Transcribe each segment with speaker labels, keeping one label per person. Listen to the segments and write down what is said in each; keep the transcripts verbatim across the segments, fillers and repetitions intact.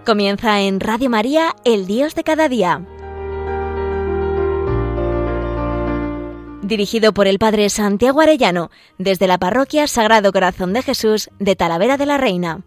Speaker 1: Comienza en Radio María, El Dios de cada día. Dirigido por el Padre Santiago Arellano, desde la Parroquia Sagrado Corazón de Jesús de Talavera de la Reina.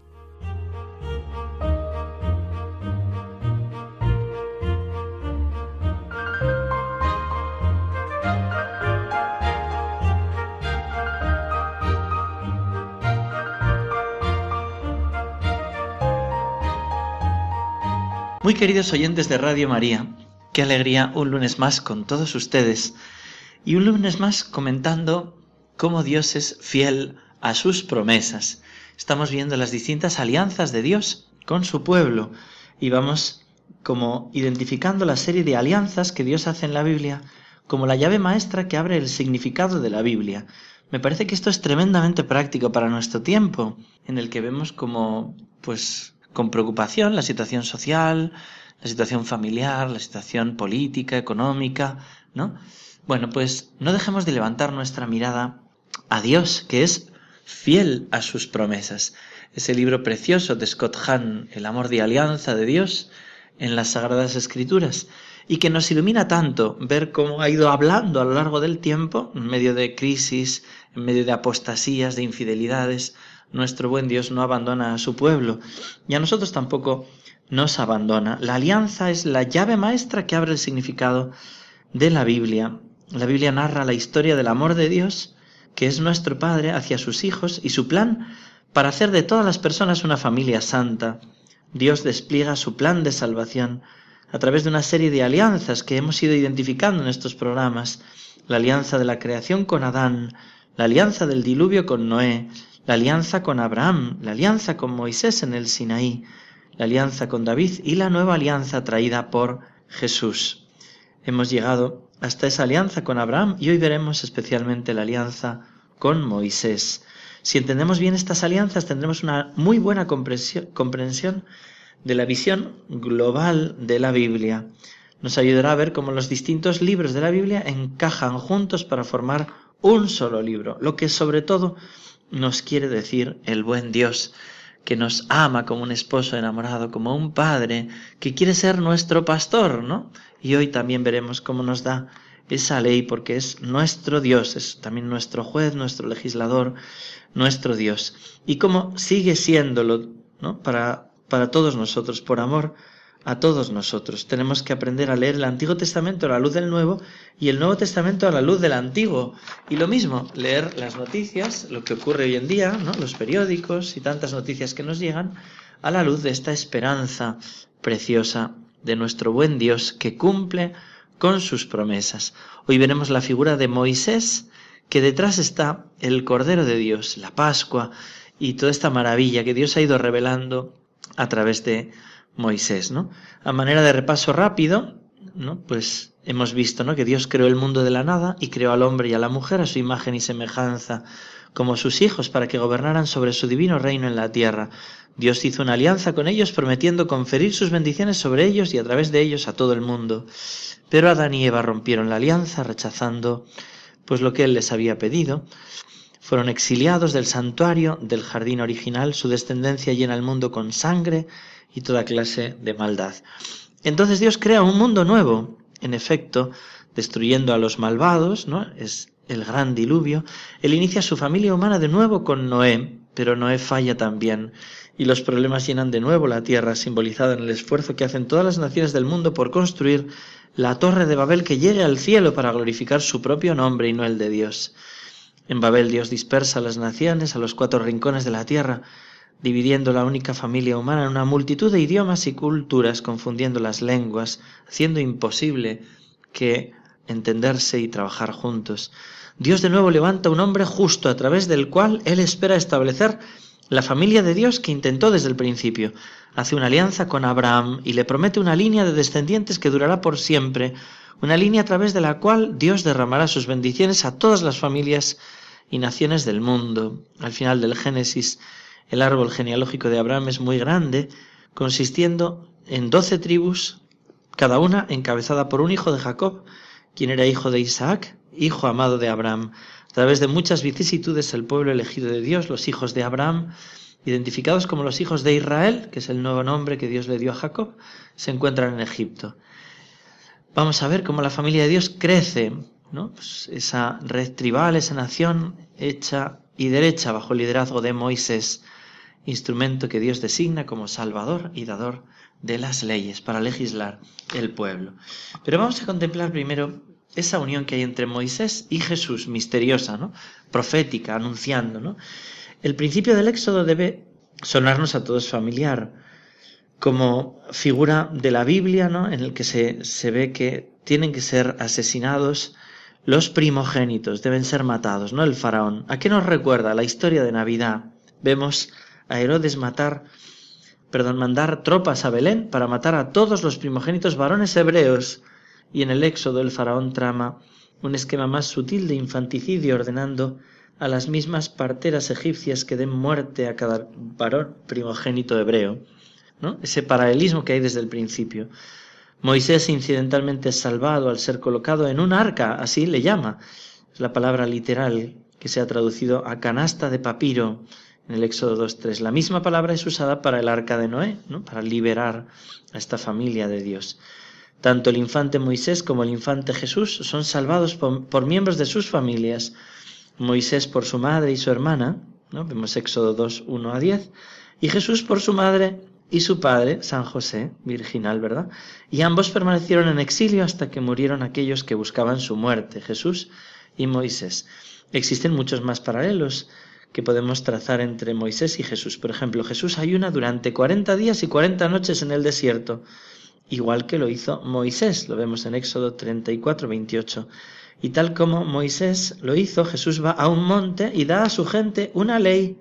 Speaker 2: Muy queridos oyentes de Radio María, qué alegría un lunes más con todos ustedes y un lunes más comentando cómo Dios es fiel a sus promesas. Estamos viendo las distintas alianzas de Dios con su pueblo y vamos como identificando la serie de alianzas que Dios hace en la Biblia como la llave maestra que abre el significado de la Biblia. Me parece que esto es tremendamente práctico para nuestro tiempo, en el que vemos como, pues, con preocupación la situación social, la situación familiar, la situación política, económica, ¿no? Bueno, pues no dejemos de levantar nuestra mirada a Dios, que es fiel a sus promesas. Ese libro precioso de Scott Hahn, El amor de alianza de Dios en las Sagradas Escrituras, y que nos ilumina tanto ver cómo ha ido hablando a lo largo del tiempo, en medio de crisis, en medio de apostasías, de infidelidades. Nuestro buen Dios no abandona a su pueblo y a nosotros tampoco nos abandona. La alianza es la llave maestra que abre el significado de la Biblia. La Biblia narra la historia del amor de Dios, que es nuestro Padre hacia sus hijos, y su plan para hacer de todas las personas una familia santa. Dios despliega su plan de salvación a través de una serie de alianzas que hemos ido identificando en estos programas. La alianza de la creación con Adán, la alianza del diluvio con Noé, la alianza con Abraham, la alianza con Moisés en el Sinaí, la alianza con David y la nueva alianza traída por Jesús. Hemos llegado hasta esa alianza con Abraham y hoy veremos especialmente la alianza con Moisés. Si entendemos bien estas alianzas, tendremos una muy buena comprensión de la visión global de la Biblia. Nos ayudará a ver cómo los distintos libros de la Biblia encajan juntos para formar un solo libro, lo que sobre todo nos quiere decir el buen Dios, que nos ama como un esposo enamorado, como un padre que quiere ser nuestro pastor, ¿no? Y hoy también veremos cómo nos da esa ley, porque es nuestro Dios, es también nuestro juez, nuestro legislador, nuestro Dios. Y cómo sigue siéndolo, ¿no? Para, para todos nosotros, por amor a todos nosotros. Tenemos que aprender a leer el Antiguo Testamento a la luz del Nuevo y el Nuevo Testamento a la luz del Antiguo. Y lo mismo, leer las noticias, lo que ocurre hoy en día, ¿no? Los periódicos y tantas noticias que nos llegan a la luz de esta esperanza preciosa de nuestro buen Dios que cumple con sus promesas. Hoy veremos la figura de Moisés, que detrás está el Cordero de Dios, la Pascua y toda esta maravilla que Dios ha ido revelando a través de Moisés, ¿no? A manera de repaso rápido, ¿no? Pues hemos visto, ¿no? Que Dios creó el mundo de la nada y creó al hombre y a la mujer a su imagen y semejanza como sus hijos para que gobernaran sobre su divino reino en la tierra. Dios hizo una alianza con ellos prometiendo conferir sus bendiciones sobre ellos y a través de ellos a todo el mundo. Pero Adán y Eva rompieron la alianza rechazando pues lo que él les había pedido. Fueron exiliados del santuario del jardín original, su descendencia llena el mundo con sangre y toda clase de maldad. Entonces Dios crea un mundo nuevo, en efecto, destruyendo a los malvados, ¿no? Es el gran diluvio. Él inicia su familia humana de nuevo con Noé, pero Noé falla también, y los problemas llenan de nuevo la tierra, simbolizada en el esfuerzo que hacen todas las naciones del mundo por construir la torre de Babel que llegue al cielo para glorificar su propio nombre y no el de Dios. En Babel Dios dispersa a las naciones a los cuatro rincones de la tierra, dividiendo la única familia humana en una multitud de idiomas y culturas, confundiendo las lenguas, haciendo imposible que entenderse y trabajar juntos. Dios de nuevo levanta un hombre justo a través del cual Él espera establecer la familia de Dios que intentó desde el principio. Hace una alianza con Abraham y le promete una línea de descendientes que durará por siempre, una línea a través de la cual Dios derramará sus bendiciones a todas las familias y naciones del mundo. Al final del Génesis, el árbol genealógico de Abraham es muy grande, consistiendo en doce tribus, cada una encabezada por un hijo de Jacob, quien era hijo de Isaac, hijo amado de Abraham. A través de muchas vicisitudes, el pueblo elegido de Dios, los hijos de Abraham, identificados como los hijos de Israel, que es el nuevo nombre que Dios le dio a Jacob, se encuentran en Egipto. Vamos a ver cómo la familia de Dios crece, ¿no? Pues esa red tribal, esa nación hecha y derecha bajo el liderazgo de Moisés, instrumento que Dios designa como salvador y dador de las leyes para legislar el pueblo. Pero vamos a contemplar primero esa unión que hay entre Moisés y Jesús, misteriosa, ¿no? Profética, anunciando, ¿no? El principio del Éxodo debe sonarnos a todos familiar, como figura de la Biblia, ¿no? En el que se, se ve que tienen que ser asesinados los primogénitos, deben ser matados, ¿no? El faraón. ¿A qué nos recuerda la historia de Navidad? Vemos a Herodes matar, perdón, mandar tropas a Belén para matar a todos los primogénitos varones hebreos. Y en el Éxodo el faraón trama un esquema más sutil de infanticidio, ordenando a las mismas parteras egipcias que den muerte a cada varón primogénito hebreo, ¿no? Ese paralelismo que hay desde el principio. Moisés incidentalmente es salvado al ser colocado en un arca, así le llama. Es la palabra literal que se ha traducido a canasta de papiro en el Éxodo dos tres. La misma palabra es usada para el arca de Noé, ¿no? Para liberar a esta familia de Dios. Tanto el infante Moisés como el infante Jesús son salvados por, por miembros de sus familias. Moisés por su madre y su hermana, ¿no? Vemos Éxodo dos uno a diez, y Jesús por su madre y su padre, San José, virginal, ¿verdad? Y ambos permanecieron en exilio hasta que murieron aquellos que buscaban su muerte, Jesús y Moisés. Existen muchos más paralelos que podemos trazar entre Moisés y Jesús. Por ejemplo, Jesús ayuna durante cuarenta días y cuarenta noches en el desierto, igual que lo hizo Moisés, lo vemos en Éxodo treinta y cuatro veintiocho. Y tal como Moisés lo hizo, Jesús va a un monte y da a su gente una ley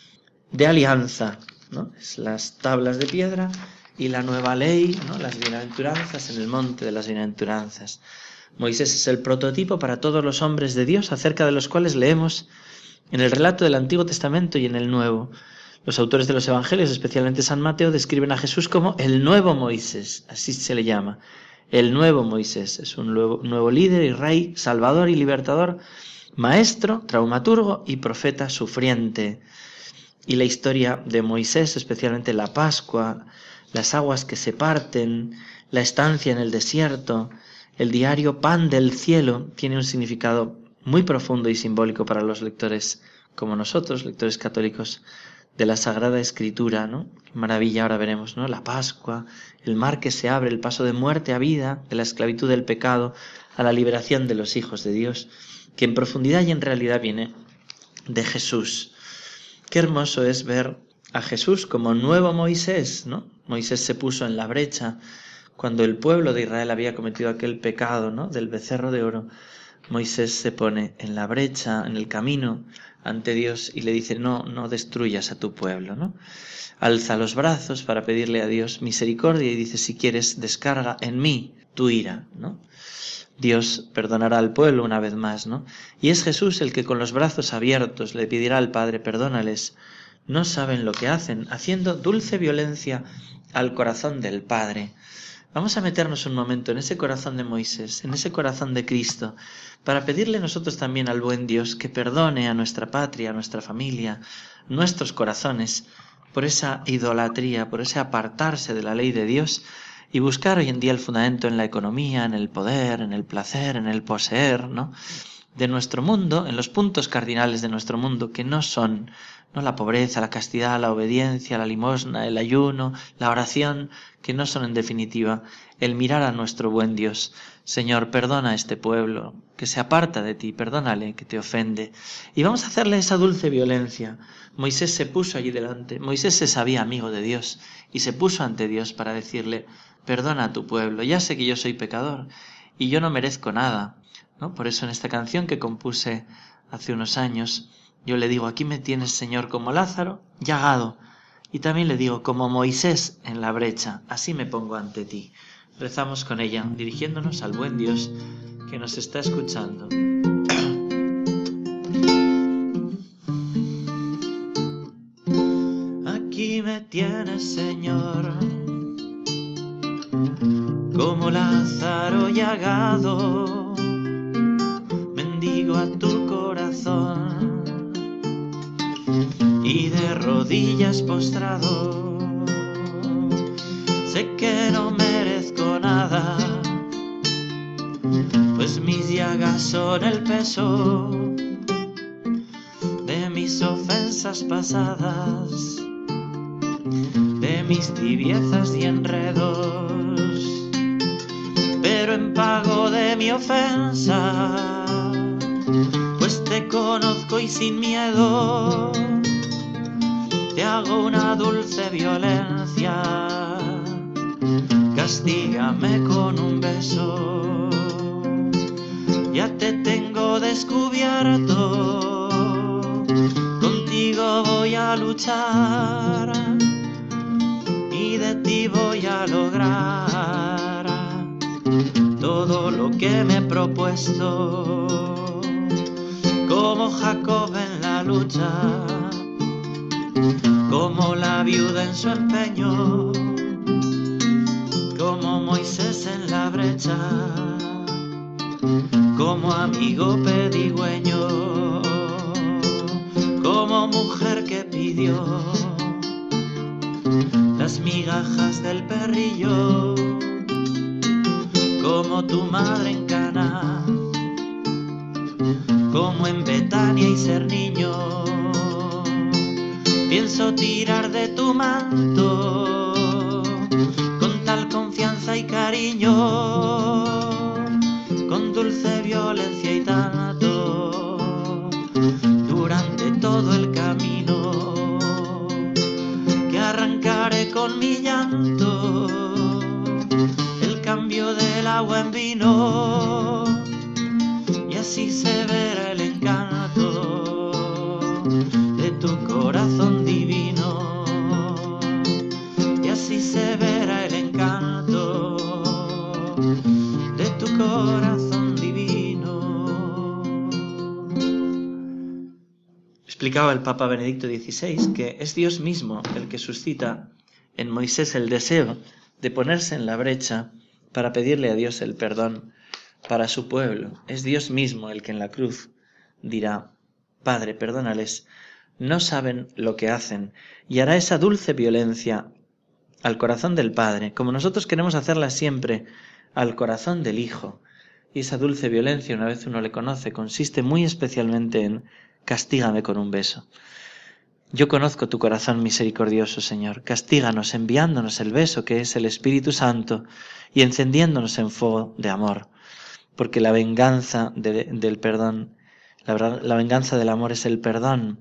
Speaker 2: de alianza, ¿no? Es las tablas de piedra y la nueva ley, ¿no? Las bienaventuranzas en el monte de las bienaventuranzas. Moisés es el prototipo para todos los hombres de Dios, acerca de los cuales leemos en el relato del Antiguo Testamento y en el Nuevo. Los autores de los Evangelios, especialmente San Mateo, describen a Jesús como el nuevo Moisés, así se le llama. El nuevo Moisés es un nuevo, nuevo líder y rey, salvador y libertador, maestro, traumaturgo y profeta sufriente. Y la historia de Moisés, especialmente la Pascua, las aguas que se parten, la estancia en el desierto, el diario pan del cielo, tiene un significado muy profundo y simbólico para los lectores como nosotros, lectores católicos de la Sagrada Escritura, ¿no? Qué maravilla, ahora veremos, ¿no? La Pascua, el mar que se abre, el paso de muerte a vida, de la esclavitud del pecado a la liberación de los hijos de Dios, que en profundidad y en realidad viene de Jesús. Qué hermoso es ver a Jesús como nuevo Moisés, ¿no? Moisés se puso en la brecha cuando el pueblo de Israel había cometido aquel pecado, ¿no? Del becerro de oro. Moisés se pone en la brecha, en el camino ante Dios y le dice, no, no destruyas a tu pueblo, ¿no? Alza los brazos para pedirle a Dios misericordia y dice, si quieres, descarga en mí tu ira, ¿no? Dios perdonará al pueblo una vez más, ¿no? Y es Jesús el que con los brazos abiertos le pedirá al Padre, perdónales, no saben lo que hacen, haciendo dulce violencia al corazón del Padre. Vamos a meternos un momento en ese corazón de Moisés, en ese corazón de Cristo, para pedirle nosotros también al buen Dios que perdone a nuestra patria, a nuestra familia, nuestros corazones, por esa idolatría, por ese apartarse de la ley de Dios y buscar hoy en día el fundamento en la economía, en el poder, en el placer, en el poseer, ¿no? De nuestro mundo, en los puntos cardinales de nuestro mundo, que no son, ¿no? La pobreza, la castidad, la obediencia, la limosna, el ayuno, la oración, que no son en definitiva el mirar a nuestro buen Dios. Señor, perdona a este pueblo que se aparta de ti, perdónale, que te ofende. Y vamos a hacerle esa dulce violencia. Moisés se puso allí delante, Moisés se sabía amigo de Dios y se puso ante Dios para decirle, perdona a tu pueblo, ya sé que yo soy pecador y yo no merezco nada, ¿no? Por eso en esta canción que compuse hace unos años, yo le digo, aquí me tienes, Señor, como Lázaro, llagado, y también le digo, como Moisés en la brecha, así me pongo ante ti. Rezamos con ella, dirigiéndonos al buen Dios que nos está escuchando. Aquí me tienes, Señor, como Lázaro llagado, mendigo a tu corazón y de rodillas postrado. Sé que no merezco nada, pues mis llagas son el peso de mis ofensas pasadas, de mis tibiezas y enredos. Pero en pago de mi ofensa, pues te conozco y sin miedo te hago una dulce violencia. Castígame con un beso, ya te tengo descubierto. Contigo voy a luchar y de ti voy a lograr todo lo que me he propuesto. Como Jacob en la lucha, como la viuda en su empeño, como Moisés en la brecha, como amigo pedigüeño, como mujer que pidió las migajas del perrillo, como tu madre en Cana, como en Betania y ser niño. Pienso tirar de tu manto con tal confianza y cariño, con dulce violencia y tanto, durante todo el camino que arrancaré con mi llanto, el cambio del agua en vino, y así se verá el encanto de tu corazón divino, y así se verá el encanto de tu corazón divino. Explicaba el Papa Benedicto dieciséis que es Dios mismo el que suscita en Moisés el deseo de ponerse en la brecha para pedirle a Dios el perdón para su pueblo. Es Dios mismo el que en la cruz dirá: Padre, perdónales, no saben lo que hacen, y hará esa dulce violencia al corazón del Padre, como nosotros queremos hacerla siempre al corazón del Hijo. Y esa dulce violencia, una vez uno le conoce, consiste muy especialmente en: castígame con un beso. Yo conozco tu corazón misericordioso, Señor. Castíganos enviándonos el beso que es el Espíritu Santo y encendiéndonos en fuego de amor. Porque la venganza de, del perdón, la, verdad, la venganza del amor es el perdón.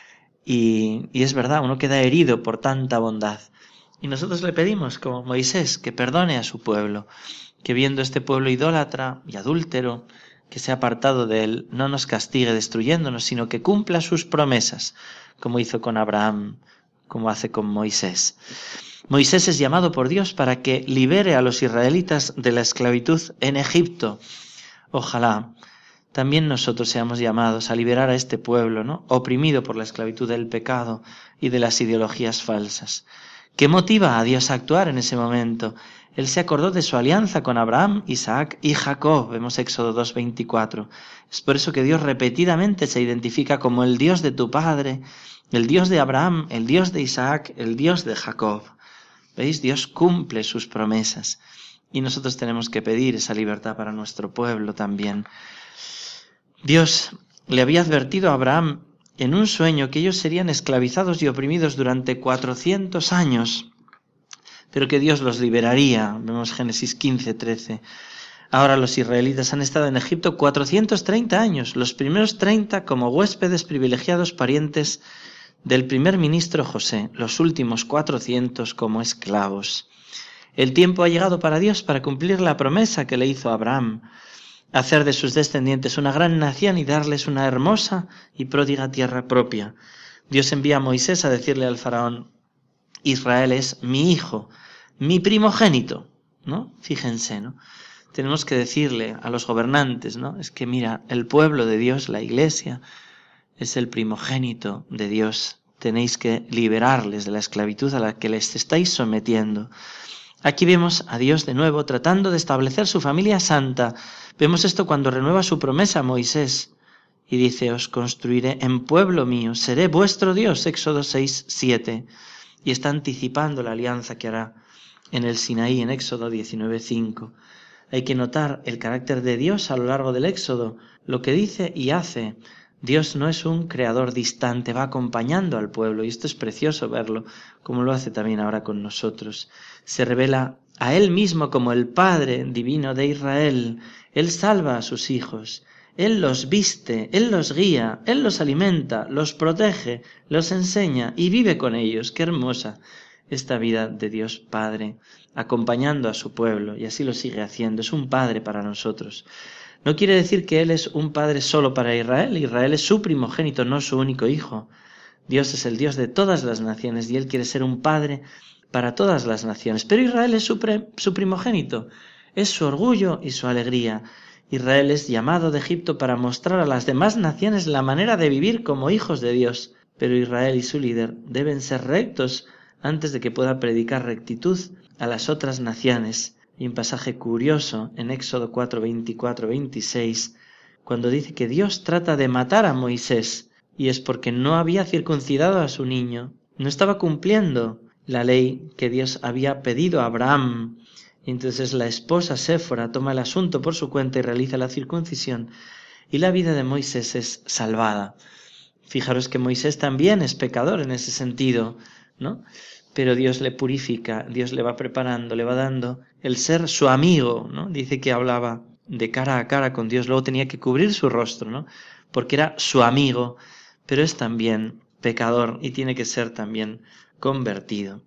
Speaker 2: Y, y es verdad, uno queda herido por tanta bondad. Y nosotros le pedimos, como Moisés, que perdone a su pueblo, que viendo este pueblo idólatra y adúltero, que se ha apartado de él, no nos castigue destruyéndonos, sino que cumpla sus promesas, como hizo con Abraham, como hace con Moisés. Moisés es llamado por Dios para que libere a los israelitas de la esclavitud en Egipto. Ojalá también nosotros seamos llamados a liberar a este pueblo, ¿no?, oprimido por la esclavitud del pecado y de las ideologías falsas. ¿Qué motiva a Dios a actuar en ese momento? Él se acordó de su alianza con Abraham, Isaac y Jacob. Vemos Éxodo dos veinticuatro. Es por eso que Dios repetidamente se identifica como el Dios de tu padre, el Dios de Abraham, el Dios de Isaac, el Dios de Jacob. ¿Veis? Dios cumple sus promesas. Y nosotros tenemos que pedir esa libertad para nuestro pueblo también. Dios le había advertido a Abraham en un sueño que ellos serían esclavizados y oprimidos durante cuatrocientos años, pero que Dios los liberaría. Vemos Génesis quince, trece. Ahora los israelitas han estado en Egipto cuatrocientos treinta años, los primeros treinta como huéspedes privilegiados parientes del primer ministro José, los últimos cuatrocientos como esclavos. El tiempo ha llegado para Dios para cumplir la promesa que le hizo a Abraham, hacer de sus descendientes una gran nación y darles una hermosa y pródiga tierra propia. Dios envía a Moisés a decirle al faraón: Israel es mi hijo, mi primogénito, ¿no? Fíjense, ¿no? Tenemos que decirle a los gobernantes, ¿no? Es que mira, el pueblo de Dios, la iglesia, es el primogénito de Dios. Tenéis que liberarles de la esclavitud a la que les estáis sometiendo. Aquí vemos a Dios de nuevo tratando de establecer su familia santa. Vemos esto cuando renueva su promesa a Moisés. y dice, os construiré en pueblo mío, seré vuestro Dios, Éxodo seis, siete, y está anticipando la alianza que hará en el Sinaí, en Éxodo diecinueve, cinco. Hay que notar el carácter de Dios a lo largo del Éxodo, lo que dice y hace. Dios no es un creador distante, va acompañando al pueblo, y esto es precioso verlo, como lo hace también ahora con nosotros. Se revela a Él mismo como el Padre divino de Israel. Él salva a sus hijos, Él los viste, Él los guía, Él los alimenta, los protege, los enseña y vive con ellos. ¡Qué hermosa esta vida de Dios Padre, acompañando a su pueblo! Y así lo sigue haciendo, es un Padre para nosotros. No quiere decir que Él es un Padre solo para Israel. Israel es su primogénito, no su único hijo. Dios es el Dios de todas las naciones y Él quiere ser un Padre para todas las naciones. Pero Israel es su, pre, su primogénito, es su orgullo y su alegría. Israel es llamado de Egipto para mostrar a las demás naciones la manera de vivir como hijos de Dios. Pero Israel y su líder deben ser rectos antes de que pueda predicar rectitud a las otras naciones. Y un pasaje curioso en Éxodo cuatro, veinticuatro, veintiséis, cuando dice que Dios trata de matar a Moisés, y es porque no había circuncidado a su niño, no estaba cumpliendo la ley que Dios había pedido a Abraham. Y entonces la esposa Séfora toma el asunto por su cuenta y realiza la circuncisión, y la vida de Moisés es salvada. Fijaros que Moisés también es pecador en ese sentido, ¿no? Pero Dios le purifica, Dios le va preparando, le va dando el ser su amigo, ¿no? Dice que hablaba de cara a cara con Dios, luego tenía que cubrir su rostro, ¿no? Porque era su amigo, pero es también pecador y tiene que ser también convertido.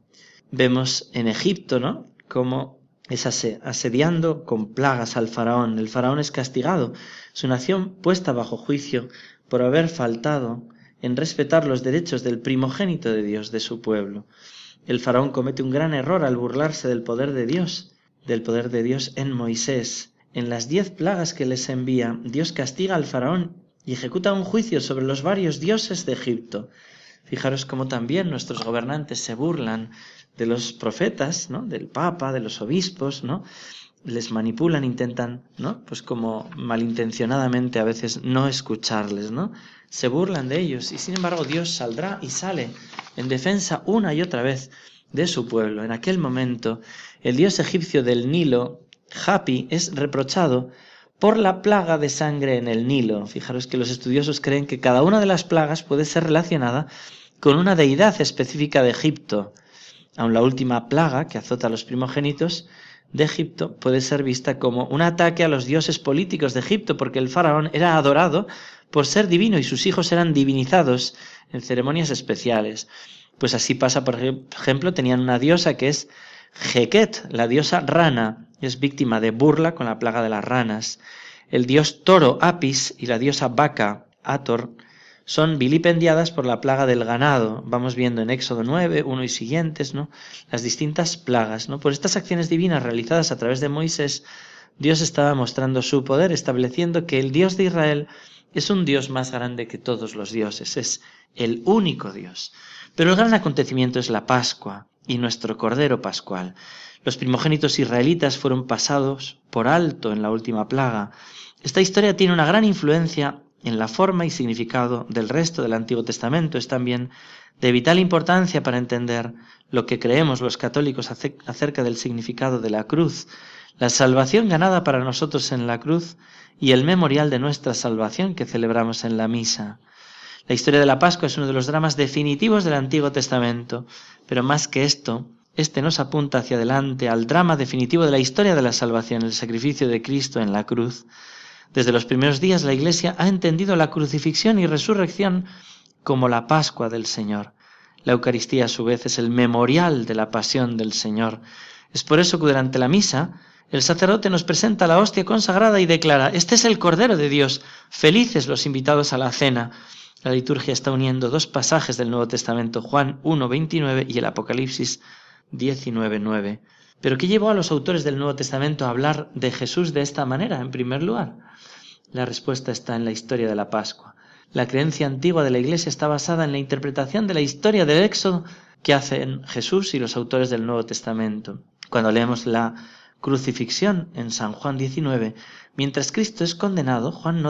Speaker 2: Vemos en Egipto, ¿no?, cómo es asediando con plagas al faraón. El faraón es castigado, su nación puesta bajo juicio por haber faltado en respetar los derechos del primogénito de Dios, de su pueblo. El faraón comete un gran error al burlarse del poder de Dios, del poder de Dios en Moisés. En las diez plagas que les envía, Dios castiga al faraón y ejecuta un juicio sobre los varios dioses de Egipto. Fijaros cómo también nuestros gobernantes se burlan de los profetas, ¿no?, del Papa, de los obispos, ¿no?, les manipulan, intentan, ¿no?, pues como malintencionadamente a veces no escucharles, ¿no?, se burlan de ellos, y sin embargo Dios saldrá y sale en defensa una y otra vez de su pueblo. En aquel momento el dios egipcio del Nilo, Hapi, es reprochado por la plaga de sangre en el Nilo. Fijaros que los estudiosos creen que cada una de las plagas puede ser relacionada con una deidad específica de Egipto. Aun la última plaga que azota a los primogénitos de Egipto puede ser vista como un ataque a los dioses políticos de Egipto, porque el faraón era adorado por ser divino y sus hijos eran divinizados en ceremonias especiales. Pues así pasa, por ejemplo, tenían una diosa que es Jequet, la diosa rana, es víctima de burla con la plaga de las ranas. El dios toro, Apis, y la diosa vaca, Hathor, son vilipendiadas por la plaga del ganado. Vamos viendo en Éxodo nueve, uno y siguientes, ¿no?, las distintas plagas, ¿no? Por estas acciones divinas realizadas a través de Moisés, Dios estaba mostrando su poder, estableciendo que el Dios de Israel es un Dios más grande que todos los dioses, es el único Dios. Pero el gran acontecimiento es la Pascua y nuestro Cordero Pascual. Los primogénitos israelitas fueron pasados por alto en la última plaga. Esta historia tiene una gran influencia en la forma y significado del resto del Antiguo Testamento. Es también de vital importancia para entender lo que creemos los católicos acerca del significado de la cruz, la salvación ganada para nosotros en la cruz y el memorial de nuestra salvación que celebramos en la misa. La historia de la Pascua es uno de los dramas definitivos del Antiguo Testamento, pero más que esto, este nos apunta hacia adelante al drama definitivo de la historia de la salvación, el sacrificio de Cristo en la cruz. Desde los primeros días la Iglesia ha entendido la crucifixión y resurrección como la Pascua del Señor. La Eucaristía, a su vez, es el memorial de la pasión del Señor. Es por eso que durante la misa el sacerdote nos presenta la hostia consagrada y declara: este es el Cordero de Dios, felices los invitados a la cena. La liturgia está uniendo dos pasajes del Nuevo Testamento, Juan uno, veintinueve y el Apocalipsis diecinueve, nueve. ¿Pero qué llevó a los autores del Nuevo Testamento a hablar de Jesús de esta manera, en primer lugar? La respuesta está en la historia de la Pascua. La creencia antigua de la Iglesia está basada en la interpretación de la historia del Éxodo que hacen Jesús y los autores del Nuevo Testamento. Cuando leemos la crucifixión en San Juan diecinueve, mientras Cristo es condenado, Juan nota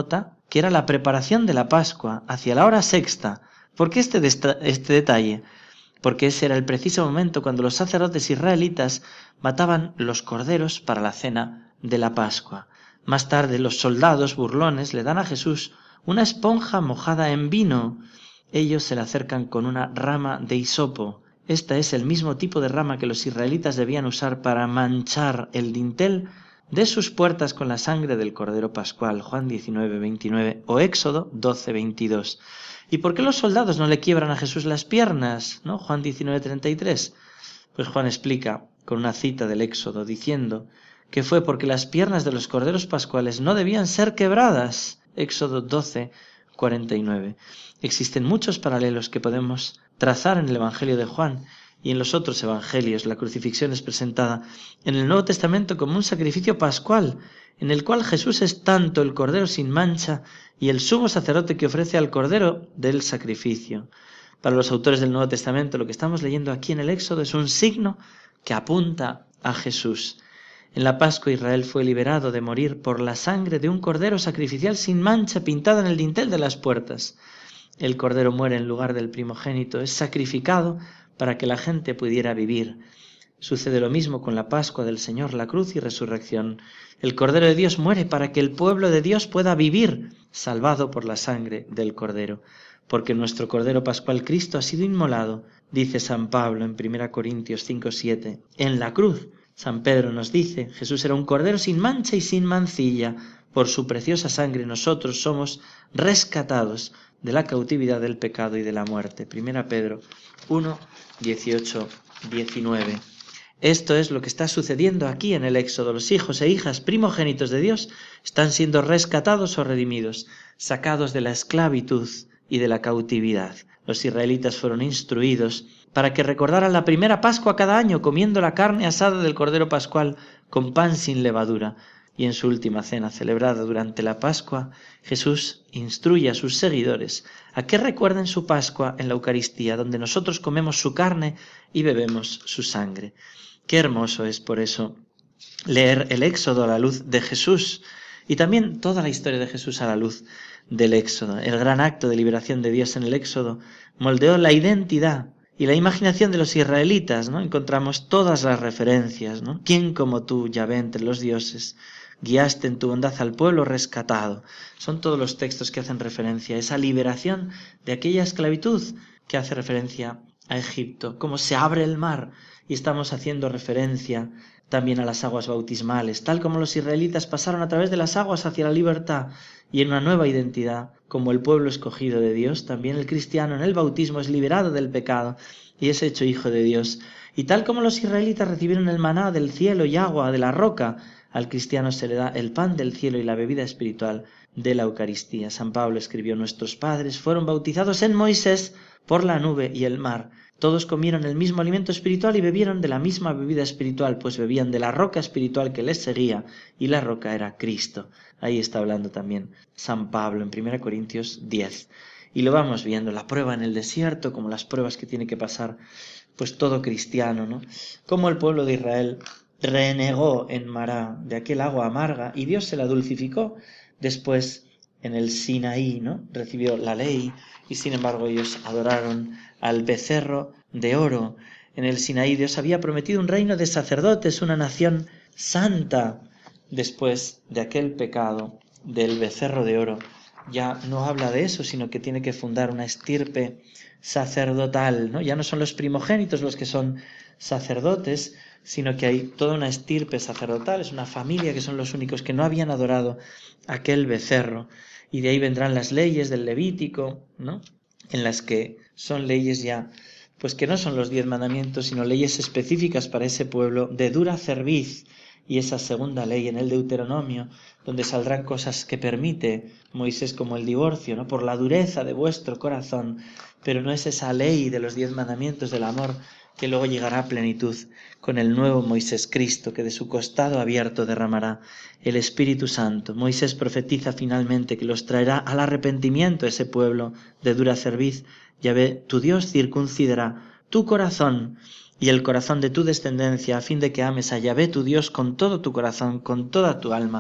Speaker 2: que era la preparación de la Pascua hacia la hora sexta. ¿Por qué este, este detalle? Porque ese era el preciso momento cuando los sacerdotes israelitas mataban los corderos para la cena de la Pascua. Más tarde los soldados burlones le dan a Jesús una esponja mojada en vino. Ellos se le acercan con una rama de hisopo. Esta es el mismo tipo de rama que los israelitas debían usar para manchar el dintel de sus puertas con la sangre del Cordero Pascual, Juan diecinueve, veintinueve o Éxodo doce, veintidós. ¿Y por qué los soldados no le quiebran a Jesús las piernas? ¿No? Juan diecinueve, treinta y tres. Pues Juan explica con una cita del Éxodo diciendo que fue porque las piernas de los corderos pascuales no debían ser quebradas. Éxodo doce, cuarenta y nueve. Existen muchos paralelos que podemos trazar en el Evangelio de Juan y en los otros evangelios. La crucifixión es presentada en el Nuevo Testamento como un sacrificio pascual, en el cual Jesús es tanto el Cordero sin mancha y el sumo sacerdote que ofrece al Cordero del sacrificio. Para los autores del Nuevo Testamento, lo que estamos leyendo aquí en el Éxodo es un signo que apunta a Jesús. En la Pascua Israel fue liberado de morir por la sangre de un Cordero sacrificial sin mancha pintada en el dintel de las puertas. El Cordero muere en lugar del primogénito, es sacrificado para que la gente pudiera vivir. Sucede lo mismo con la Pascua del Señor, la cruz y resurrección. El Cordero de Dios muere para que el pueblo de Dios pueda vivir, salvado por la sangre del Cordero. Porque nuestro Cordero Pascual Cristo ha sido inmolado, dice San Pablo en primera Corintios cinco, siete. En la cruz, San Pedro nos dice, Jesús era un Cordero sin mancha y sin mancilla. Por su preciosa sangre nosotros somos rescatados de la cautividad del pecado y de la muerte. Primera Pedro uno, dieciocho, diecinueve. Esto es lo que está sucediendo aquí en el Éxodo. Los hijos e hijas primogénitos de Dios están siendo rescatados o redimidos, sacados de la esclavitud y de la cautividad. Los israelitas fueron instruidos para que recordaran la primera Pascua cada año, comiendo la carne asada del Cordero Pascual con pan sin levadura. Y en su última cena celebrada durante la Pascua, Jesús instruye a sus seguidores a que recuerden su Pascua en la Eucaristía, donde nosotros comemos su carne y bebemos su sangre. Qué hermoso es por eso leer el Éxodo a la luz de Jesús y también toda la historia de Jesús a la luz del Éxodo. El gran acto de liberación de Dios en el Éxodo moldeó la identidad y la imaginación de los israelitas, ¿no? Encontramos todas las referencias, ¿no? ¿Quién como tú, Yahvé, entre los dioses? Guiaste en tu bondad al pueblo rescatado. Son todos los textos que hacen referencia a esa liberación de aquella esclavitud que hace referencia a Egipto. Cómo se abre el mar y estamos haciendo referencia también a las aguas bautismales, tal como los israelitas pasaron a través de las aguas hacia la libertad y en una nueva identidad, como el pueblo escogido de Dios, también el cristiano en el bautismo es liberado del pecado y es hecho hijo de Dios. Y tal como los israelitas recibieron el maná del cielo y agua de la roca, al cristiano se le da el pan del cielo y la bebida espiritual de la Eucaristía. San Pablo escribió: nuestros padres fueron bautizados en Moisés por la nube y el mar. Todos comieron el mismo alimento espiritual y bebieron de la misma bebida espiritual, pues bebían de la roca espiritual que les seguía, y la roca era Cristo. Ahí está hablando también San Pablo en primera Corintios diez. Y lo vamos viendo, la prueba en el desierto, como las pruebas que tiene que pasar pues todo cristiano, ¿no? Como el pueblo de Israel renegó en Mará de aquel agua amarga y Dios se la dulcificó. Después en el Sinaí, ¿no? Recibió la ley y sin embargo ellos adoraron al becerro de oro. En el Sinaí Dios había prometido un reino de sacerdotes, una nación santa. Después de aquel pecado del becerro de oro, ya no habla de eso, sino que tiene que fundar una estirpe sacerdotal, ¿no? Ya no son los primogénitos los que son sacerdotes, sino que hay toda una estirpe sacerdotal, es una familia que son los únicos que no habían adorado aquel becerro, y de ahí vendrán las leyes del Levítico, ¿no? En las que son leyes ya, pues que no son los diez mandamientos, sino leyes específicas para ese pueblo de dura cerviz, y esa segunda ley en el Deuteronomio, donde saldrán cosas que permite Moisés como el divorcio, ¿no? Por la dureza de vuestro corazón, pero no es esa ley de los diez mandamientos del amor que luego llegará a plenitud con el nuevo Moisés Cristo, que de su costado abierto derramará el Espíritu Santo. Moisés profetiza finalmente que los traerá al arrepentimiento ese pueblo de dura cerviz. Yahvé, tu Dios, circuncidará tu corazón y el corazón de tu descendencia, a fin de que ames a Yahvé tu Dios con todo tu corazón, con toda tu alma,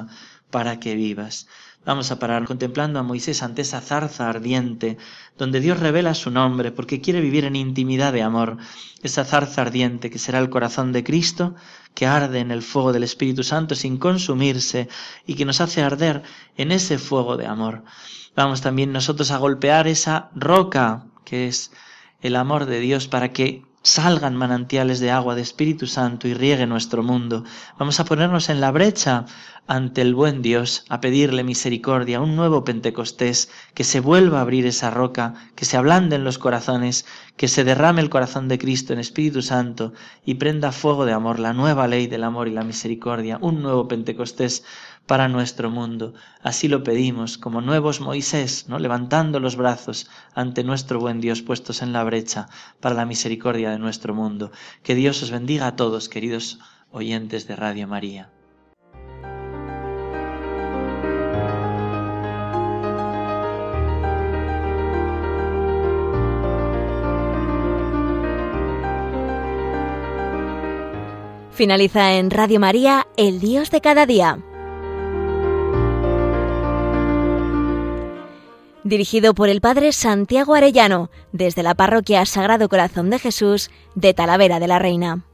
Speaker 2: para que vivas. Vamos a parar contemplando a Moisés ante esa zarza ardiente, donde Dios revela su nombre, porque quiere vivir en intimidad de amor. Esa zarza ardiente que será el corazón de Cristo, que arde en el fuego del Espíritu Santo sin consumirse y que nos hace arder en ese fuego de amor. Vamos también nosotros a golpear esa roca que es el amor de Dios para que salgan manantiales de agua de Espíritu Santo y riegue nuestro mundo. Vamos a ponernos en la brecha ante el buen Dios, a pedirle misericordia, un nuevo Pentecostés, que se vuelva a abrir esa roca, que se ablanden los corazones, que se derrame el corazón de Cristo en Espíritu Santo y prenda fuego de amor, la nueva ley del amor y la misericordia, un nuevo Pentecostés para nuestro mundo. Así lo pedimos, como nuevos Moisés, ¿no? Levantando los brazos ante nuestro buen Dios, puestos en la brecha para la misericordia de nuestro mundo. Que Dios os bendiga a todos, queridos oyentes de Radio María.
Speaker 1: Finaliza en Radio María, El Dios de cada día. Dirigido por el Padre Santiago Arellano, desde la Parroquia Sagrado Corazón de Jesús de Talavera de la Reina.